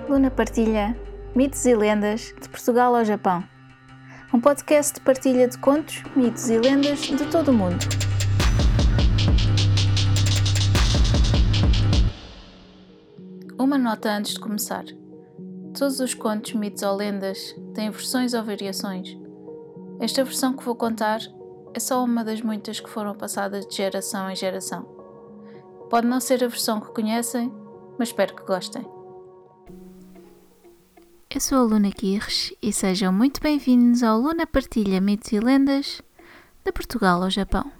Luna partilha mitos e lendas de Portugal ao Japão. Um podcast de partilha de contos, mitos e lendas de todo o mundo. Uma nota antes de começar. Todos os contos, mitos ou lendas têm versões ou variações. Esta versão que vou contar é só uma das muitas que foram passadas de geração em geração. Pode não ser a versão que conhecem, mas espero que gostem. Eu sou a Luna Guirres e sejam muito bem-vindos ao Luna Partilha Mitos e Lendas de Portugal ao Japão.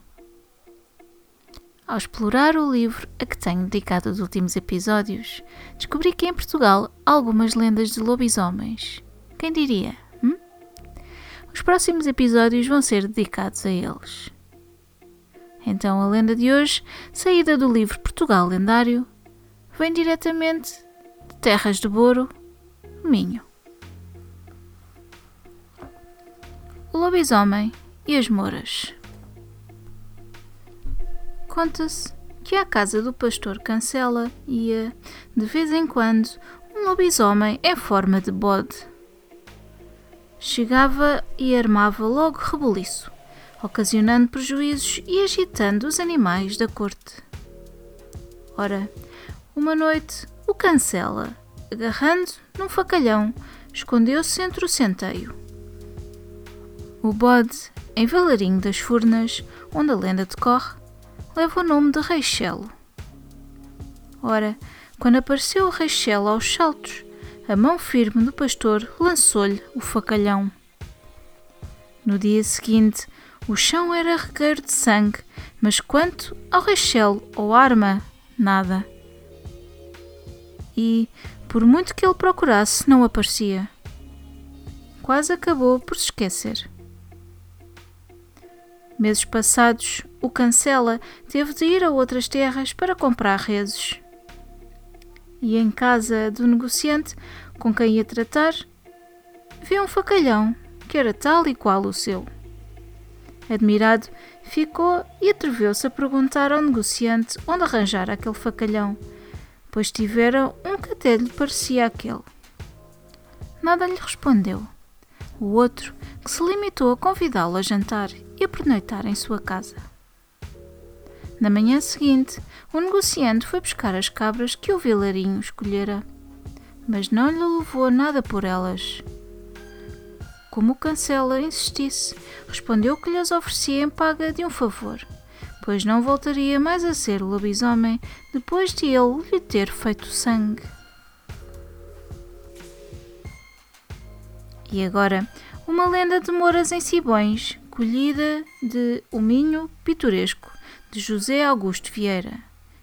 Ao explorar o livro a que tenho dedicado os últimos episódios, descobri que em Portugal há algumas lendas de lobisomens. Quem diria? Os próximos episódios vão ser dedicados a eles. Então a lenda de hoje, saída do livro Portugal Lendário, vem diretamente de Terras de Boro, Minho. O lobisomem e as moras. Conta-se que à casa do pastor Cancela ia, de vez em quando, um lobisomem em forma de bode. Chegava e armava logo rebuliço, ocasionando prejuízos e agitando os animais da corte. Ora, uma noite, o Cancela, agarrando num facalhão, escondeu-se entre o centeio. O bode, em Vilarinho das Furnas, onde a lenda decorre, leva o nome de Reixelo. Ora, quando apareceu o Reixelo aos saltos, a mão firme do pastor lançou-lhe o facalhão. No dia seguinte, o chão era regueiro de sangue, mas quanto ao Reixelo ou arma, nada. E, por muito que ele procurasse, não aparecia. Quase acabou por se esquecer. Meses passados, o Cancela teve de ir a outras terras para comprar rezos. E em casa do negociante com quem ia tratar, viu um facalhão que era tal e qual o seu. Admirado, ficou e atreveu-se a perguntar ao negociante onde arranjar aquele facalhão, pois tivera um que até lhe parecia aquele. Nada lhe respondeu. O outro, que se limitou a convidá-lo a jantar e a pernoitar em sua casa. Na manhã seguinte, o negociante foi buscar as cabras que o vilarinho escolhera, mas não lhe levou nada por elas. Como o Cancela insistisse, respondeu que lhes oferecia em paga de um favor, pois não voltaria mais a ser lobisomem depois de ele lhe ter feito sangue. E agora, uma lenda de moras em Sibões, colhida de O Minho Pitoresco, de José Augusto Vieira,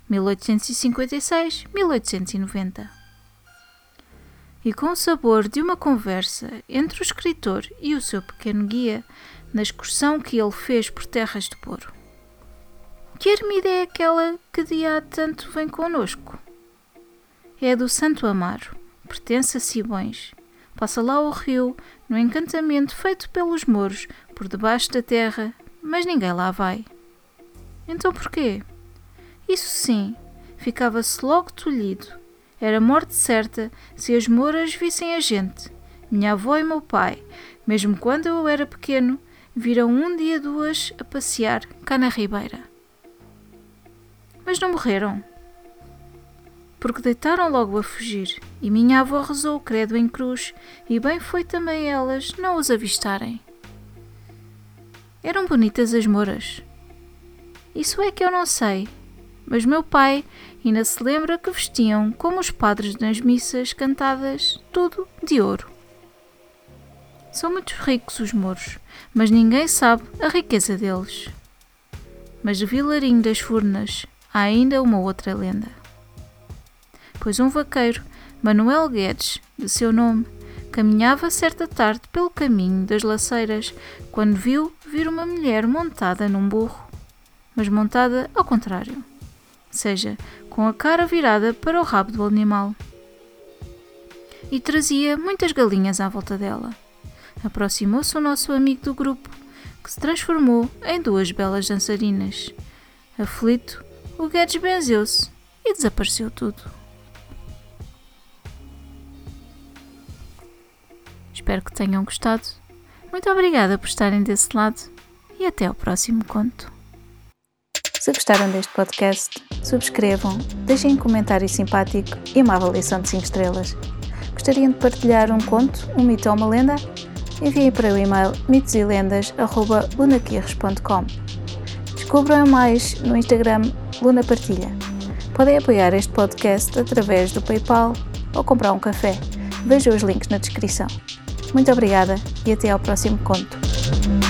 1856-1890. E com o sabor de uma conversa entre o escritor e o seu pequeno guia, na excursão que ele fez por Terras de Boro. Que ermida é aquela que de há tanto vem connosco? É a do Santo Amaro, pertence a Sibões. Passa lá o rio, no encantamento feito pelos mouros, por debaixo da terra, mas ninguém lá vai. Então porquê? Isso sim, ficava-se logo tolhido. Era morte certa se as mouras vissem a gente. Minha avó e meu pai, mesmo quando eu era pequeno, viram um dia duas a passear cá na ribeira. Mas não morreram, porque deitaram logo a fugir, e minha avó rezou o credo em cruz, e bem foi também elas não os avistarem. Eram bonitas as mouras. Isso é que eu não sei, mas meu pai ainda se lembra que vestiam como os padres nas missas cantadas, tudo de ouro. São muito ricos os mouros, mas ninguém sabe a riqueza deles. Mas de Vilarinho das Furnas há ainda uma outra lenda. Pois um vaqueiro, Manuel Guedes, de seu nome, caminhava certa tarde pelo caminho das laceiras, quando viu vir uma mulher montada num burro, mas montada ao contrário, ou seja, com a cara virada para o rabo do animal. E trazia muitas galinhas à volta dela. Aproximou-se o nosso amigo do grupo, que se transformou em duas belas dançarinas. Aflito, o Guedes benzeu-se e desapareceu tudo. Espero que tenham gostado. Muito obrigada por estarem desse lado e até ao próximo conto. Se gostaram deste podcast, subscrevam, deixem um comentário simpático e uma avaliação de 5 estrelas. Gostariam de partilhar um conto, um mito ou uma lenda? Enviem para o e-mail mitoselendas@lunaquirres.com. Descubram mais no Instagram Luna Partilha. Podem apoiar este podcast através do PayPal ou comprar um café. Vejam os links na descrição. Muito obrigada e até ao próximo conto.